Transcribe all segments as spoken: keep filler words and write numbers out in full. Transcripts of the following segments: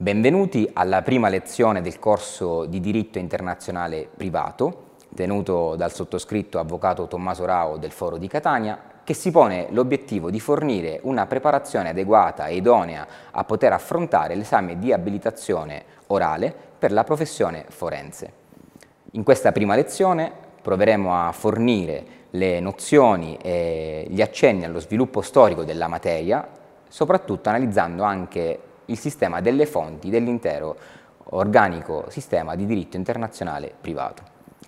Benvenuti alla prima lezione del corso di diritto internazionale privato, tenuto dal sottoscritto avvocato Tommaso Rao del Foro di Catania, che si pone l'obiettivo di fornire una preparazione adeguata e idonea a poter affrontare l'esame di abilitazione orale per la professione forense. In questa prima lezione proveremo a fornire le nozioni e gli accenni allo sviluppo storico della materia, soprattutto analizzando anche il sistema delle fonti dell'intero organico sistema di diritto internazionale privato.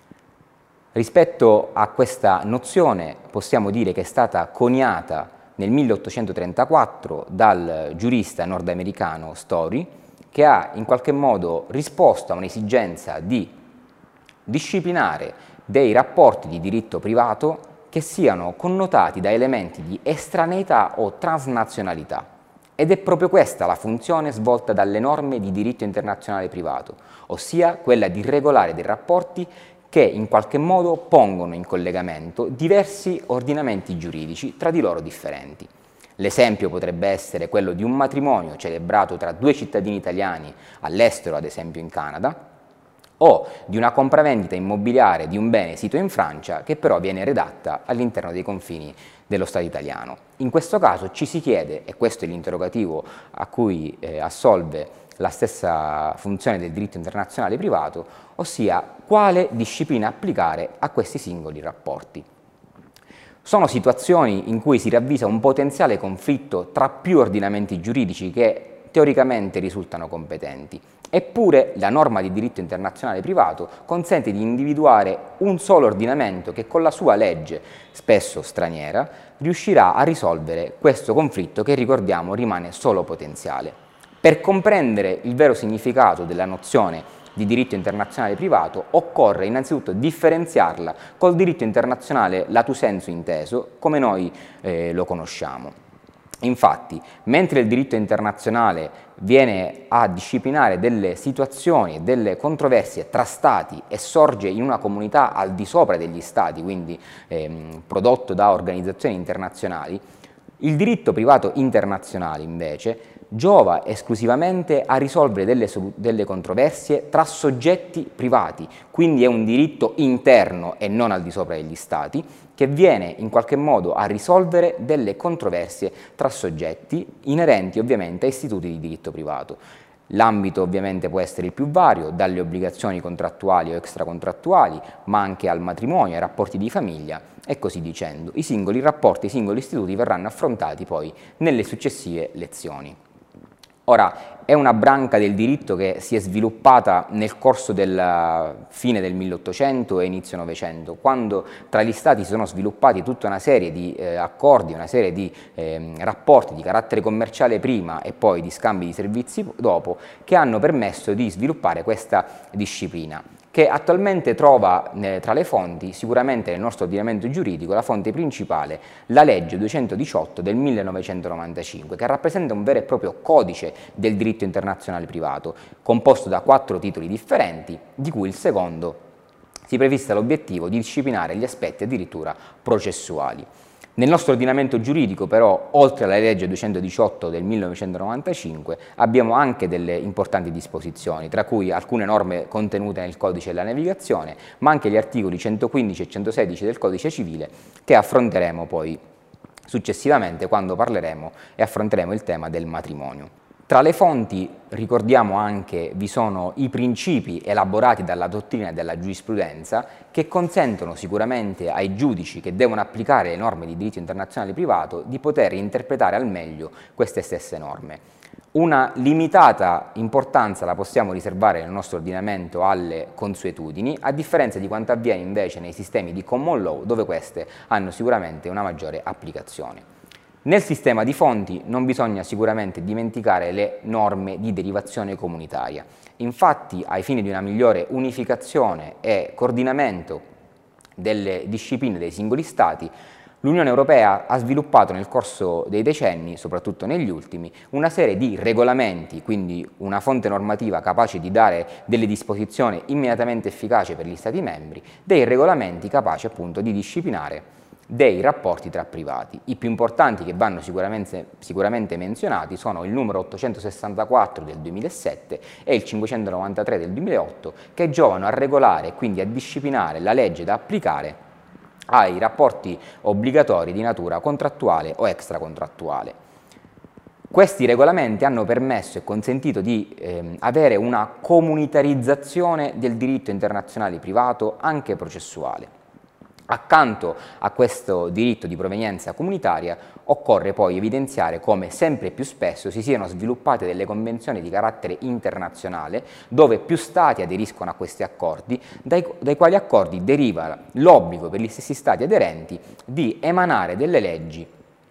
Rispetto a questa nozione possiamo dire che è stata coniata nel milleottocentotrentaquattro dal giurista nordamericano Story, che ha in qualche modo risposto a un'esigenza di disciplinare dei rapporti di diritto privato che siano connotati da elementi di estraneità o transnazionalità. Ed è proprio questa la funzione svolta dalle norme di diritto internazionale privato, ossia quella di regolare dei rapporti che in qualche modo pongono in collegamento diversi ordinamenti giuridici tra di loro differenti. L'esempio potrebbe essere quello di un matrimonio celebrato tra due cittadini italiani all'estero, ad esempio in Canada, o di una compravendita immobiliare di un bene sito in Francia che però viene redatta all'interno dei confini dello Stato italiano. In questo caso ci si chiede, e questo è l'interrogativo a cui eh, assolve la stessa funzione del diritto internazionale privato, ossia quale disciplina applicare a questi singoli rapporti. Sono situazioni in cui si ravvisa un potenziale conflitto tra più ordinamenti giuridici che teoricamente risultano competenti. Eppure la norma di diritto internazionale privato consente di individuare un solo ordinamento che con la sua legge, spesso straniera, riuscirà a risolvere questo conflitto che, ricordiamo, rimane solo potenziale. Per comprendere il vero significato della nozione di diritto internazionale privato occorre innanzitutto differenziarla col diritto internazionale lato sensu inteso, come noi eh, lo conosciamo. Infatti, mentre il diritto internazionale viene a disciplinare delle situazioni e delle controversie tra Stati e sorge in una comunità al di sopra degli Stati, quindi ehm, prodotto da organizzazioni internazionali, il diritto privato internazionale invece giova esclusivamente a risolvere delle, delle controversie tra soggetti privati, quindi è un diritto interno e non al di sopra degli Stati, che viene in qualche modo a risolvere delle controversie tra soggetti inerenti ovviamente a istituti di diritto privato. L'ambito ovviamente può essere il più vario, dalle obbligazioni contrattuali o extracontrattuali, ma anche al matrimonio, ai rapporti di famiglia e così dicendo. I singoli rapporti, i singoli istituti verranno affrontati poi nelle successive lezioni. Ora, è una branca del diritto che si è sviluppata nel corso della fine del milleottocento e inizio Novecento, quando tra gli Stati si sono sviluppati tutta una serie di eh, accordi, una serie di eh, rapporti di carattere commerciale prima e poi di scambi di servizi dopo, che hanno permesso di sviluppare questa disciplina, che attualmente trova eh, tra le fonti, sicuramente nel nostro ordinamento giuridico, la fonte principale, la legge duecentodiciotto del millenovecentonovantacinque, che rappresenta un vero e proprio codice del diritto internazionale privato, composto da quattro titoli differenti, di cui il secondo si prefissa l'obiettivo di disciplinare gli aspetti addirittura processuali. Nel nostro ordinamento giuridico però, oltre alla legge duecentodiciotto del millenovecentonovantacinque, abbiamo anche delle importanti disposizioni, tra cui alcune norme contenute nel codice della navigazione, ma anche gli articoli centoquindici e centosedici del codice civile, che affronteremo poi successivamente quando parleremo e affronteremo il tema del matrimonio. Tra le fonti, ricordiamo anche, vi sono i principi elaborati dalla dottrina e dalla giurisprudenza che consentono sicuramente ai giudici che devono applicare le norme di diritto internazionale privato di poter interpretare al meglio queste stesse norme. Una limitata importanza la possiamo riservare nel nostro ordinamento alle consuetudini, a differenza di quanto avviene invece nei sistemi di common law, dove queste hanno sicuramente una maggiore applicazione. Nel sistema di fonti non bisogna sicuramente dimenticare le norme di derivazione comunitaria. Infatti, ai fini di una migliore unificazione e coordinamento delle discipline dei singoli Stati, l'Unione Europea ha sviluppato nel corso dei decenni, soprattutto negli ultimi, una serie di regolamenti, quindi una fonte normativa capace di dare delle disposizioni immediatamente efficaci per gli Stati membri, dei regolamenti capaci appunto di disciplinare dei rapporti tra privati. I più importanti che vanno sicuramente, sicuramente menzionati sono il numero ottocentosessantaquattro del duemilasette e il cinquecentonovantatré del duemilaotto, che giovano a regolare e quindi a disciplinare la legge da applicare ai rapporti obbligatori di natura contrattuale o extracontrattuale. Questi regolamenti hanno permesso e consentito di eh, avere una comunitarizzazione del diritto internazionale privato anche processuale. Accanto a questo diritto di provenienza comunitaria occorre poi evidenziare come sempre più spesso si siano sviluppate delle convenzioni di carattere internazionale dove più stati aderiscono a questi accordi, dai, dai quali accordi deriva l'obbligo per gli stessi stati aderenti di emanare delle leggi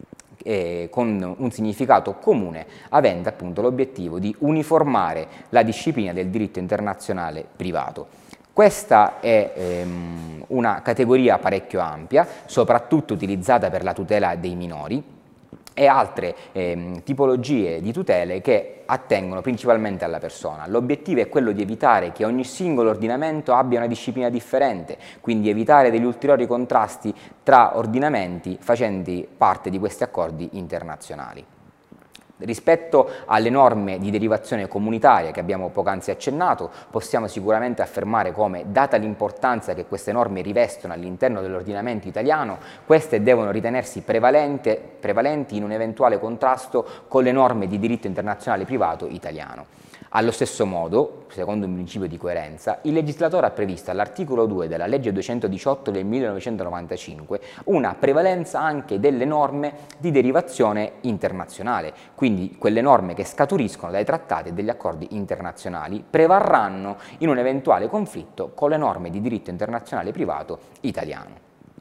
eh, con un significato comune, avendo appunto l'obiettivo di uniformare la disciplina del diritto internazionale privato. Questa è ehm, una categoria parecchio ampia, soprattutto utilizzata per la tutela dei minori e altre ehm, tipologie di tutele che attengono principalmente alla persona. L'obiettivo è quello di evitare che ogni singolo ordinamento abbia una disciplina differente, quindi evitare degli ulteriori contrasti tra ordinamenti facenti parte di questi accordi internazionali. Rispetto alle norme di derivazione comunitaria che abbiamo poc'anzi accennato, possiamo sicuramente affermare come, data l'importanza che queste norme rivestono all'interno dell'ordinamento italiano, queste devono ritenersi prevalenti in un eventuale contrasto con le norme di diritto internazionale privato italiano. Allo stesso modo, secondo un principio di coerenza, il legislatore ha previsto all'articolo due della legge duecentodiciotto del millenovecentonovantacinque una prevalenza anche delle norme di derivazione internazionale, quindi quelle norme che scaturiscono dai trattati e dagli accordi internazionali prevarranno in un eventuale conflitto con le norme di diritto internazionale privato italiano.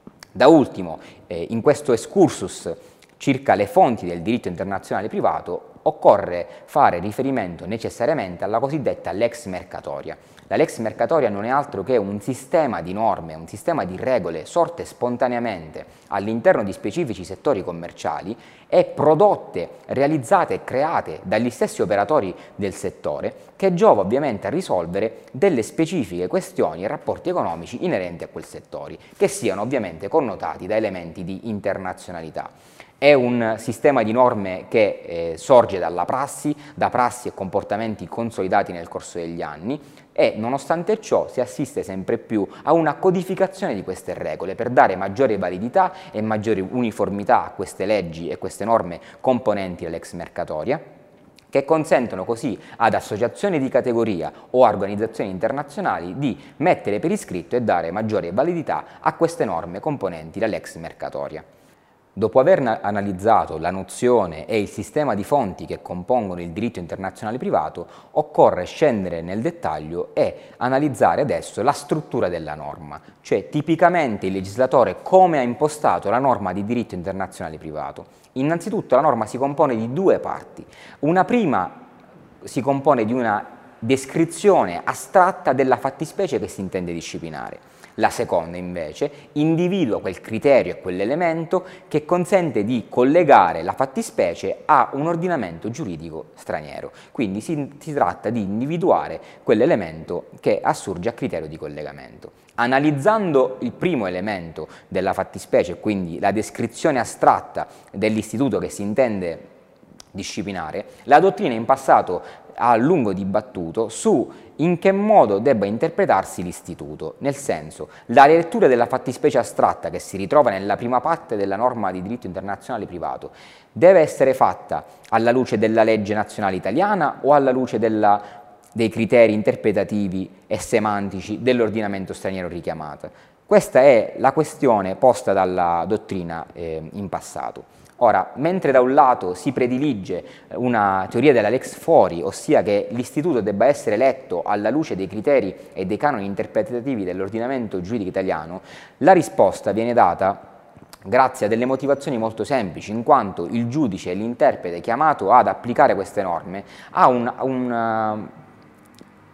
Da ultimo, eh, in questo excursus circa le fonti del diritto internazionale privato, occorre fare riferimento necessariamente alla cosiddetta lex mercatoria. La lex mercatoria non è altro che un sistema di norme, un sistema di regole sorte spontaneamente all'interno di specifici settori commerciali e prodotte, realizzate e create dagli stessi operatori del settore, che giova ovviamente a risolvere delle specifiche questioni e rapporti economici inerenti a quel settore, che siano ovviamente connotati da elementi di internazionalità. È un sistema di norme che eh, sorge dalla prassi, da prassi e comportamenti consolidati nel corso degli anni e nonostante ciò si assiste sempre più a una codificazione di queste regole per dare maggiore validità e maggiore uniformità a queste leggi e queste norme componenti dell'ex mercatoria, che consentono così ad associazioni di categoria o a organizzazioni internazionali di mettere per iscritto e dare maggiore validità a queste norme componenti dell'ex mercatoria. Dopo aver analizzato la nozione e il sistema di fonti che compongono il diritto internazionale privato, occorre scendere nel dettaglio e analizzare adesso la struttura della norma, cioè tipicamente il legislatore come ha impostato la norma di diritto internazionale privato. Innanzitutto la norma si compone di due parti. Una prima si compone di una descrizione astratta della fattispecie che si intende disciplinare. La seconda invece individua quel criterio e quell'elemento che consente di collegare la fattispecie a un ordinamento giuridico straniero. Quindi si, si tratta di individuare quell'elemento che assurge a criterio di collegamento. Analizzando il primo elemento della fattispecie, quindi la descrizione astratta dell'istituto che si intende disciplinare, la dottrina in passato ha a lungo dibattuto su in che modo debba interpretarsi l'istituto, nel senso, la lettura della fattispecie astratta che si ritrova nella prima parte della norma di diritto internazionale privato deve essere fatta alla luce della legge nazionale italiana o alla luce della, dei criteri interpretativi e semantici dell'ordinamento straniero richiamato? Questa è la questione posta dalla dottrina eh, in passato. Ora, mentre da un lato si predilige una teoria della lex fori, ossia che l'istituto debba essere letto alla luce dei criteri e dei canoni interpretativi dell'ordinamento giuridico italiano, la risposta viene data grazie a delle motivazioni molto semplici, in quanto il giudice e l'interprete chiamato ad applicare queste norme ha un, un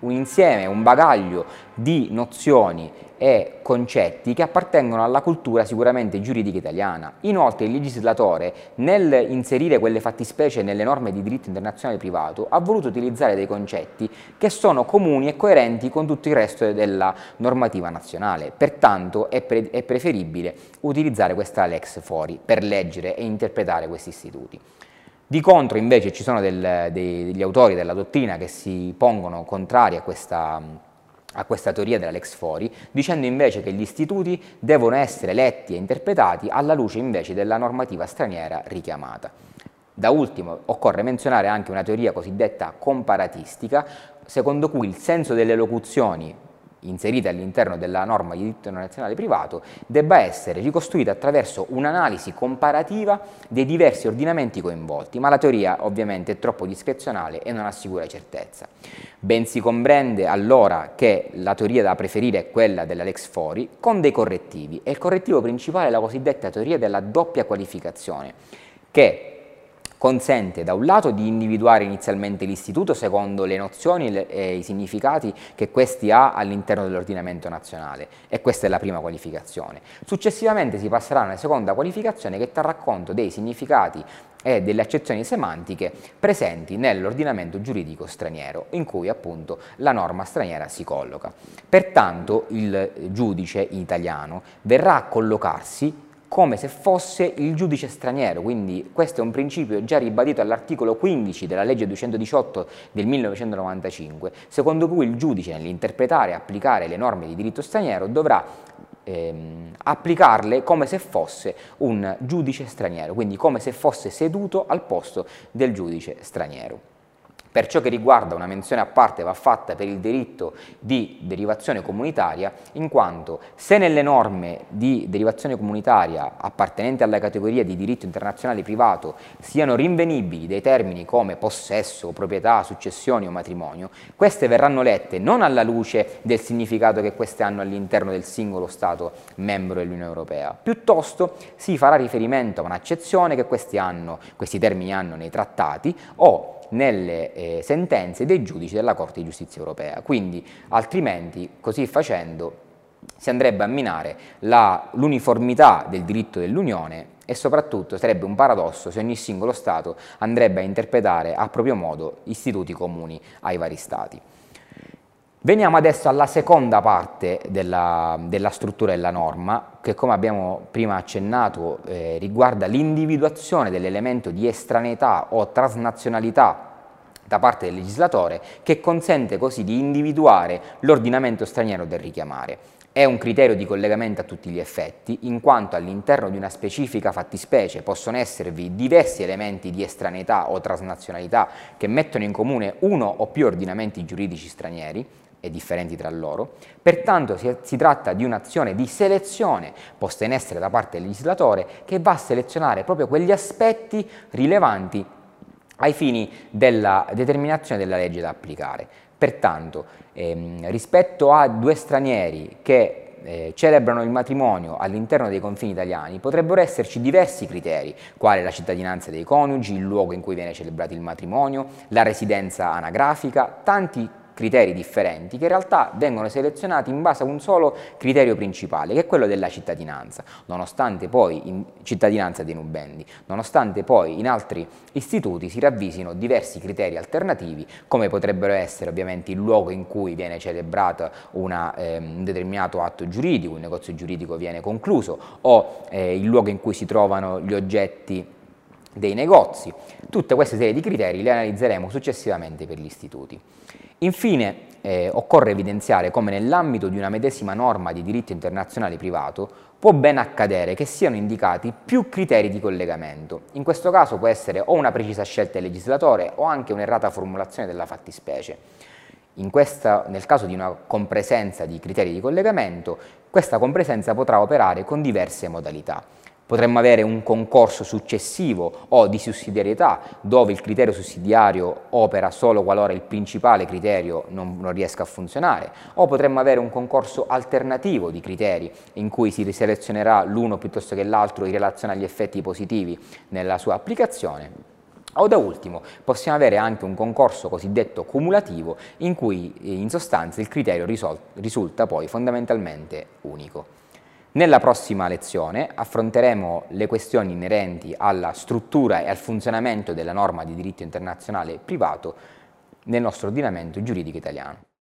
un insieme, un bagaglio di nozioni e concetti che appartengono alla cultura sicuramente giuridica italiana. Inoltre il legislatore, nel inserire quelle fattispecie nelle norme di diritto internazionale privato, ha voluto utilizzare dei concetti che sono comuni e coerenti con tutto il resto della normativa nazionale. Pertanto è, pre è preferibile utilizzare questa lex fori per leggere e interpretare questi istituti. Di contro invece ci sono del, dei, degli autori della dottrina che si pongono contrari a questa, a questa teoria della lex fori, dicendo invece che gli istituti devono essere letti e interpretati alla luce invece della normativa straniera richiamata. Da ultimo occorre menzionare anche una teoria cosiddetta comparatistica, secondo cui il senso delle locuzioni inserite all'interno della norma di diritto internazionale privato debba essere ricostruita attraverso un'analisi comparativa dei diversi ordinamenti coinvolti, ma la teoria ovviamente è troppo discrezionale e non assicura certezza. Ben si comprende allora che la teoria da preferire è quella della lex fori con dei correttivi, e il correttivo principale è la cosiddetta teoria della doppia qualificazione, che consente da un lato di individuare inizialmente l'istituto secondo le nozioni e i significati che questi ha all'interno dell'ordinamento nazionale, e questa è la prima qualificazione. Successivamente si passerà a una seconda qualificazione che terrà conto dei significati e delle accezioni semantiche presenti nell'ordinamento giuridico straniero, in cui appunto la norma straniera si colloca. Pertanto il giudice italiano verrà a collocarsi come se fosse il giudice straniero, quindi questo è un principio già ribadito all'articolo quindici della legge duecentodiciotto del millenovecentonovantacinque, secondo cui il giudice nell'interpretare e applicare le norme di diritto straniero dovrà ehm, applicarle come se fosse un giudice straniero, quindi come se fosse seduto al posto del giudice straniero. Per ciò che riguarda, una menzione a parte va fatta per il diritto di derivazione comunitaria, in quanto se nelle norme di derivazione comunitaria appartenenti alla categoria di diritto internazionale privato siano rinvenibili dei termini come possesso, proprietà, successioni o matrimonio, queste verranno lette non alla luce del significato che queste hanno all'interno del singolo Stato membro dell'Unione Europea, piuttosto si farà riferimento a un'accezione che questi, hanno, questi termini hanno nei trattati o nelle eh, sentenze dei giudici della Corte di Giustizia Europea. Quindi altrimenti, così facendo, si andrebbe a minare l'uniformità del diritto dell'Unione e soprattutto sarebbe un paradosso se ogni singolo Stato andrebbe a interpretare a proprio modo istituti comuni ai vari Stati. Veniamo adesso alla seconda parte della, della struttura della norma, che come abbiamo prima accennato eh, riguarda l'individuazione dell'elemento di estraneità o transnazionalità da parte del legislatore, che consente così di individuare l'ordinamento straniero da richiamare. È un criterio di collegamento a tutti gli effetti, in quanto all'interno di una specifica fattispecie possono esservi diversi elementi di estraneità o transnazionalità che mettono in comune uno o più ordinamenti giuridici stranieri e differenti tra loro. Pertanto si, si tratta di un'azione di selezione posta in essere da parte del legislatore, che va a selezionare proprio quegli aspetti rilevanti ai fini della determinazione della legge da applicare. Pertanto ehm, rispetto a due stranieri che Eh, celebrano il matrimonio all'interno dei confini italiani, potrebbero esserci diversi criteri, quali la cittadinanza dei coniugi, il luogo in cui viene celebrato il matrimonio, la residenza anagrafica, tanti criteri differenti che in realtà vengono selezionati in base a un solo criterio principale, che è quello della cittadinanza, nonostante poi in cittadinanza dei nubendi, nonostante poi in altri istituti si ravvisino diversi criteri alternativi, come potrebbero essere ovviamente il luogo in cui viene celebrato una, eh, un determinato atto giuridico, un negozio giuridico viene concluso, o eh, il luogo in cui si trovano gli oggetti dei negozi. Tutte queste serie di criteri le analizzeremo successivamente per gli istituti. Infine eh, occorre evidenziare come nell'ambito di una medesima norma di diritto internazionale privato può ben accadere che siano indicati più criteri di collegamento. In questo caso può essere o una precisa scelta del legislatore o anche un'errata formulazione della fattispecie. In questa, nel caso di una compresenza di criteri di collegamento, questa compresenza potrà operare con diverse modalità. Potremmo avere un concorso successivo o di sussidiarietà, dove il criterio sussidiario opera solo qualora il principale criterio non, non riesca a funzionare, o potremmo avere un concorso alternativo di criteri in cui si riselezionerà l'uno piuttosto che l'altro in relazione agli effetti positivi nella sua applicazione. O da ultimo possiamo avere anche un concorso cosiddetto cumulativo in cui in sostanza il criterio risulta poi fondamentalmente unico. Nella prossima lezione affronteremo le questioni inerenti alla struttura e al funzionamento della norma di diritto internazionale privato nel nostro ordinamento giuridico italiano.